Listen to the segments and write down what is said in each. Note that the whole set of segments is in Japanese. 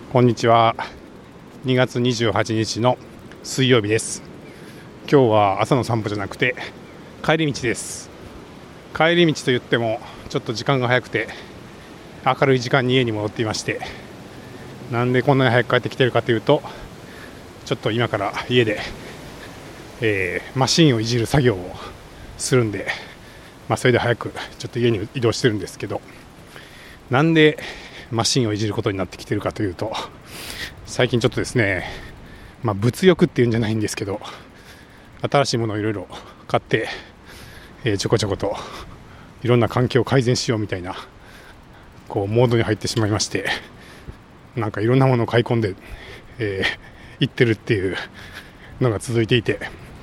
こんにちは。2月28日の水曜日です。今日は朝の散歩じゃなくて帰り道です。帰り道と言ってもちょっと時間が早くて明るい時間に家に戻っていまして、なんでこんなに早く帰ってきてるかというと、ちょっと今から家で、マシンをいじる作業をするんで、それで早くちょっと家に移動してるんですけど、なんでマシンをいじることになってきてるかというと、最近ちょっとですね、物欲っていうんじゃないんですけど、新しいものをいろいろ買って、ちょこちょこといろんな環境を改善しようみたいなモードに入ってしまいまして、なんかいろんなものを買い込んで、行ってるっていうのが続いていて、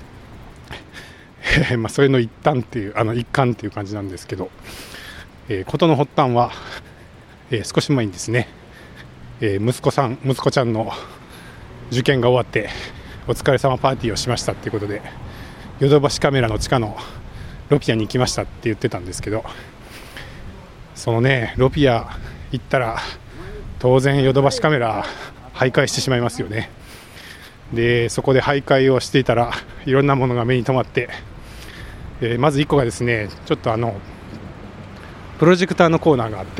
それの一環っていう感じなんですけど、事の発端は、少し前にですね、息子ちゃんの受験が終わってお疲れ様パーティーをしましたっていうことで、ヨドバシカメラの地下のロピアに行きましたって言ってたんですけど、そのね、ロピア行ったら当然ヨドバシカメラ徘徊してしまいますよね。でそこで徘徊をしていたらいろんなものが目に留まって、まず1個がですね、ちょっとプロジェクターのコーナーがあって、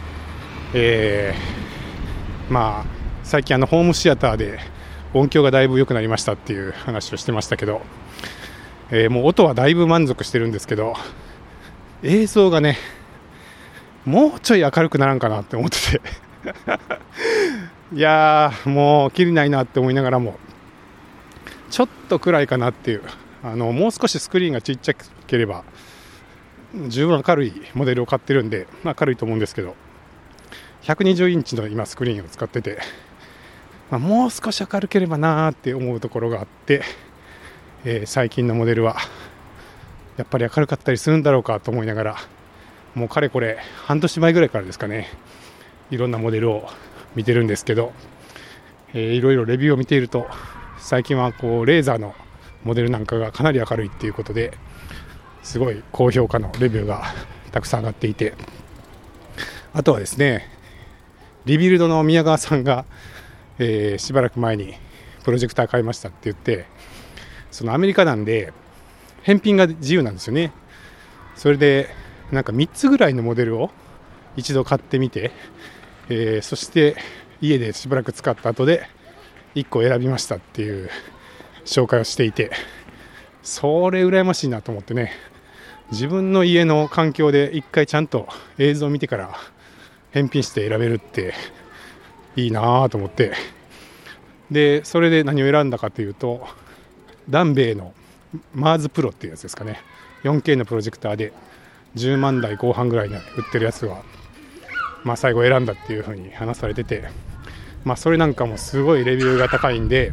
最近ホームシアターで音響がだいぶ良くなりましたっていう話をしてましたけど、もう音はだいぶ満足してるんですけど、映像がねもうちょい明るくならんかなって思ってていやー、もうきりないなって思いながらも、ちょっと暗いかなっていう、もう少しスクリーンがちっちゃければ十分明るいモデルを買ってるんで、明るいと思うんですけど、120インチの今スクリーンを使ってて、もう少し明るければなーって思うところがあって、最近のモデルはやっぱり明るかったりするんだろうかと思いながら、もうかれこれ半年前ぐらいからですかね、いろんなモデルを見てるんですけど、いろいろレビューを見ていると、最近はレーザーのモデルなんかがかなり明るいっていうことで、すごい高評価のレビューがたくさん上がっていて、あとはですね、リビルドの宮川さんが、しばらく前にプロジェクター買いましたって言って、そのアメリカなんで返品が自由なんですよね。それでなんか3つぐらいのモデルを一度買ってみて、そして家でしばらく使った後で1個選びましたっていう紹介をしていて、それ羨ましいなと思ってね、自分の家の環境で一回ちゃんと映像を見てから返品して選べるっていいなと思って、でそれで何を選んだかというと、ダンベイのマーズプロっていうやつですかね。 4K のプロジェクターで10万台後半ぐらいに売ってるやつは、最後選んだっていう風に話されてて、それなんかもすごいレビューが高いんで、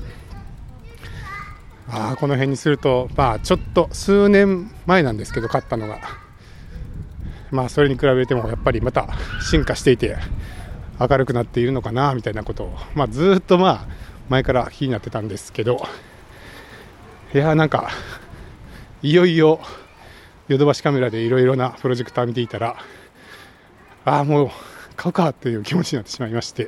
この辺にすると、ちょっと数年前なんですけど買ったのが、それに比べてもやっぱりまた進化していて明るくなっているのかなみたいなことを、ずっと前から気になってたんですけど、いやなんかいよいよヨドバシカメラでいろいろなプロジェクター見ていたら、もう買うかっていう気持ちになってしまいまして、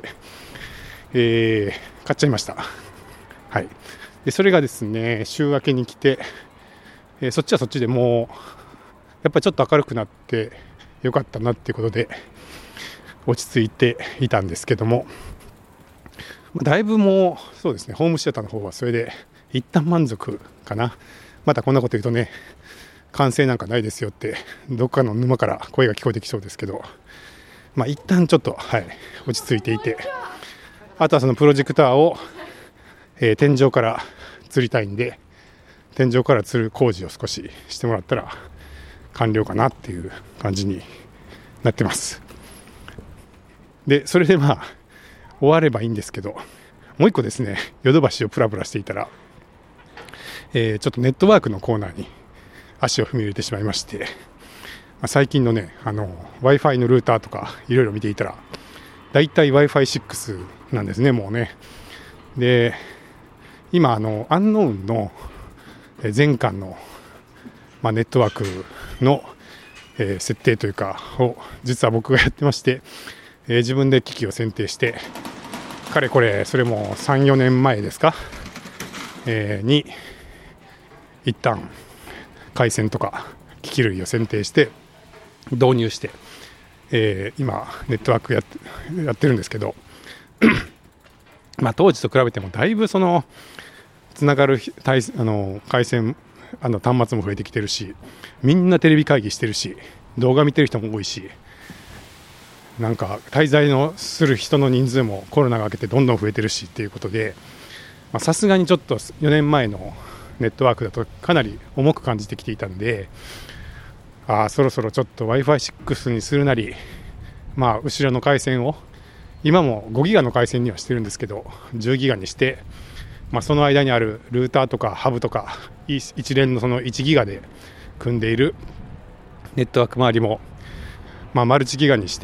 買っちゃいました。はい。でそれがですね、週明けに来て、そっちはそっちでもうやっぱりちょっと明るくなってよかったなっていうことで落ち着いていたんですけども、だいぶもうそうですね、ホームシアターの方はそれで一旦満足かな。またこんなこと言うとね、完成なんかないですよってどっかの沼から声が聞こえてきそうですけど、一旦ちょっと落ち着いていて、あとはそのプロジェクターを、天井から吊りたいんで、天井から吊る工事を少ししてもらったら完了かなっていう感じになってます。でそれで終わればいいんですけど、もう一個ですね、ヨドバシをプラプラしていたら、ちょっとネットワークのコーナーに足を踏み入れてしまいまして、最近のねWi-Fi のルーターとかいろいろ見ていたら、だいたい Wi-Fi6 なんですね、もうね。で今アンノーンの全館の、ネットワークの、設定というかを実は僕がやってまして、自分で機器を選定してかれこれそれも 3,4 年前ですか、に一旦回線とか機器類を選定して導入して、今ネットワークやってるんですけど当時と比べてもだいぶそのつながる回線端末も増えてきてるし、みんなテレビ会議してるし、動画見てる人も多いし、なんか滞在する人の人数もコロナが明けてどんどん増えてるしっていうことで、さすがにちょっと4年前のネットワークだとかなり重く感じてきていたんで、そろそろちょっと Wi-Fi6 にするなり、後ろの回線を今も5ギガの回線にはしてるんですけど10ギガにして、その間にあるルーターとかハブとか一連のその1ギガで組んでいるネットワーク周りも、マルチギガにして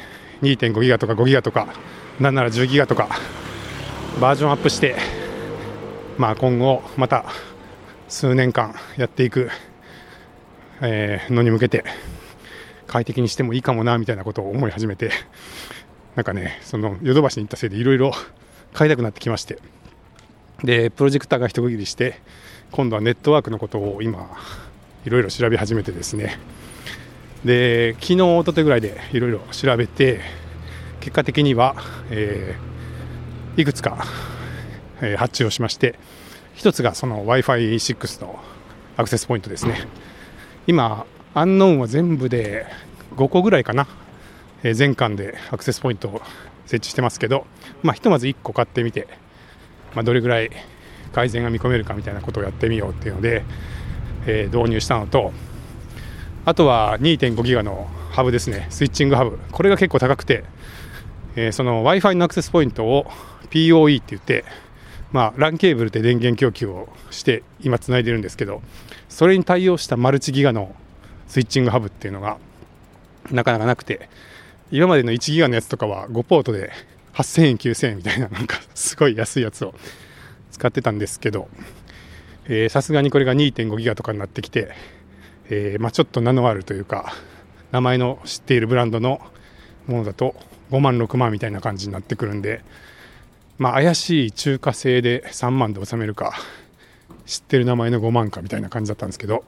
2.5 ギガとか5ギガとかなんなら10ギガとかバージョンアップして、今後また数年間やっていく、のに向けて快適にしてもいいかもなみたいなことを思い始めて、なんかね、そのヨドバシに行ったせいでいろいろ買いたくなってきまして、でプロジェクターが一区切りして今度はネットワークのことを今いろいろ調べ始めてですね、で昨日一昨日ぐらいでいろいろ調べて結果的には、いくつか、発注をしまして、一つがその Wi-Fi6 のアクセスポイントですね。今アンノーンは全部で5個ぐらいかな、全館でアクセスポイントを設置してますけど、ひとまず1個買ってみて、どれぐらい改善が見込めるかみたいなことをやってみようっていうので、導入したのと、あとは 2.5 ギガのハブですね、スイッチングハブ。これが結構高くて、その Wi-Fi のアクセスポイントを PoE って言って、LAN ケーブルで電源供給をして今つないでるんですけど、それに対応したマルチギガのスイッチングハブっていうのがなかなかなくて、今までの1ギガのやつとかは5ポートで8000円9000円みたいな、なんかすごい安いやつを使ってたんですけど、さすがにこれが 2.5 ギガとかになってきて、ちょっと名のあるというか名前の知っているブランドのものだと5万6万みたいな感じになってくるんで、怪しい中華製で3万で収めるか知ってる名前の5万かみたいな感じだったんですけど、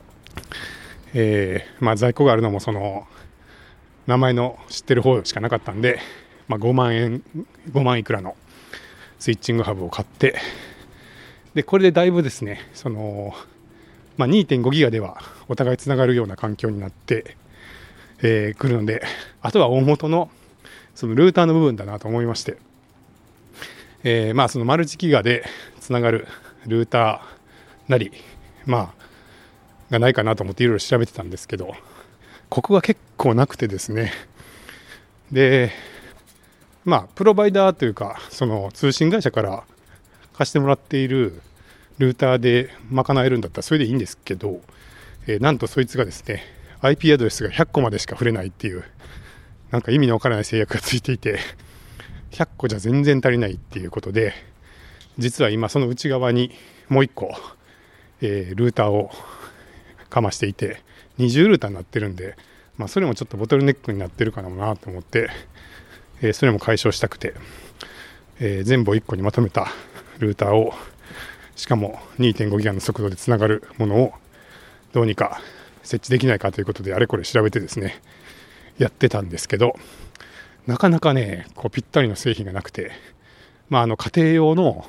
在庫があるのもその名前の知ってる方しかなかったんで、5万いくらのスイッチングハブを買って、でこれでだいぶですね、その、2.5 ギガではお互いつながるような環境になってくるので、あとは大元のそのルーターの部分だなと思いまして、そのマルチギガでつながるルーターなりがないかなと思っていろいろ調べてたんですけど、ここが結構なくてですね、でプロバイダーというかその通信会社から貸してもらっているルーターで賄えるんだったらそれでいいんですけど、なんとそいつがですね IP アドレスが100個までしか触れないっていう、なんか意味のわからない制約がついていて、100個じゃ全然足りないっていうことで、実は今その内側にもう1個、ルーターをかましていて20ルーターになってるんで、それもちょっとボトルネックになってるかなと思って、それも解消したくて、全部を1個にまとめたルーターを、しかも 2.5 ギガの速度でつながるものをどうにか設置できないかということであれこれ調べてですねやってたんですけど、なかなかねぴったりの製品がなくて、家庭用の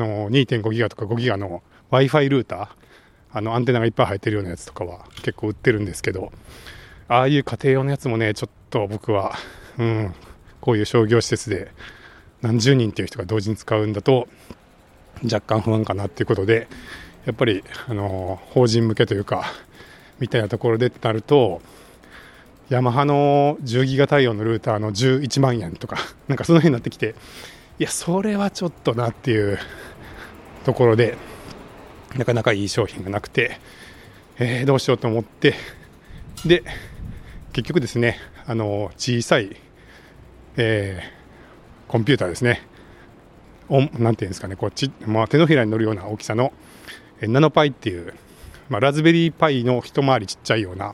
2.5 ギガとか5ギガの Wi-Fi ルーター、アンテナがいっぱい入ってるようなやつとかは結構売ってるんですけど、ああいう家庭用のやつもねちょっと僕は、こういう商業施設で何十人っていう人が同時に使うんだと若干不安かなっていうことで、やっぱり法人向けというかみたいなところでってなると、ヤマハの10ギガ対応のルーターの11万円とかなんかその辺になってきて、いやそれはちょっとなっていうところでなかなかいい商品がなくて、どうしようと思って、で結局ですね小さい、コンピューターですね、なんていうんですかね、手のひらに乗るような大きさのナノパイっていう、ラズベリーパイの一回りちっちゃいような、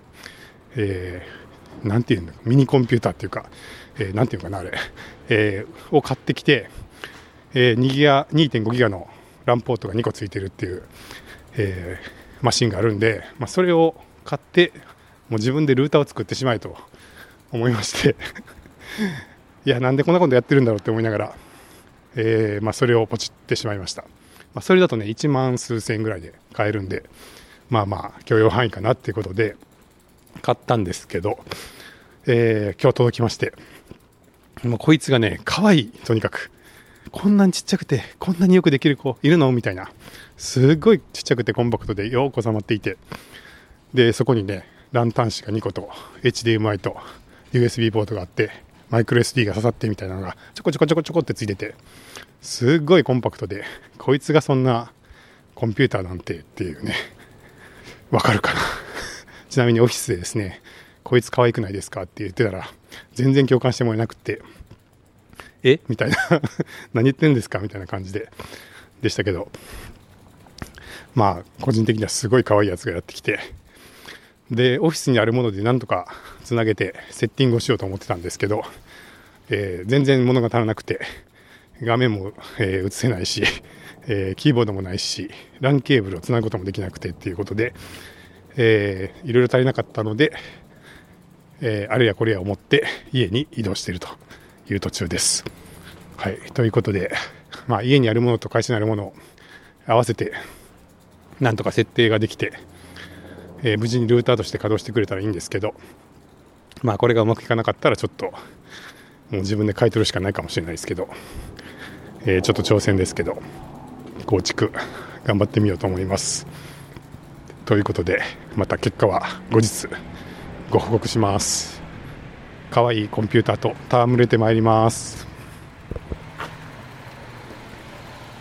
なんていうのミニコンピューターっていうか、なんていうかなあれ、を買ってきて、 2.5ギガのLANポートが2個ついてるっていう、マシンがあるんで、それを買ってもう自分でルーターを作ってしまえと思いましていや、なんでこんなことやってるんだろうって思いながら、それをポチってしまいました。それだとね、1万数千円ぐらいで買えるんで、許容範囲かなっていうことで買ったんですけど、今日届きまして、もうこいつがね、可愛い。とにかくこんなにちっちゃくてこんなによくできる子いるのみたいな、すごいちっちゃくてコンパクトでよく収まっていて、でそこにね、ラン端子が2個と HDMI と USB ポートがあって、マイクロ SD が刺さってみたいなのがちょこちょこってついてて、すっごいコンパクトで、こいつがそんなコンピューターなんてっていうね、わかるかなちなみにオフィスでですね、こいつ可愛くないですかって言ってたら全然共感してもらえなくて、みたいな何言ってんですかみたいな感じでしたけど、個人的にはすごい可愛いやつがやってきて、でオフィスにあるものでなんとかつなげてセッティングをしようと思ってたんですけど、全然物が足らなくて、画面も、映せないし、キーボードもないし、LAN ケーブルをつなぐこともできなくてっていうことで、いろいろ足りなかったので、あれやこれや思って家に移動しているという途中です。はい、ということで、家にあるものと会社にあるものを合わせてなんとか設定ができて、無事にルーターとして稼働してくれたらいいんですけど、これがうまくいかなかったらちょっともう自分で買い取るしかないかもしれないですけど、ちょっと挑戦ですけど構築頑張ってみようと思います。ということで、また結果は後日ご報告します。かわいいコンピューターと戯れてまいります。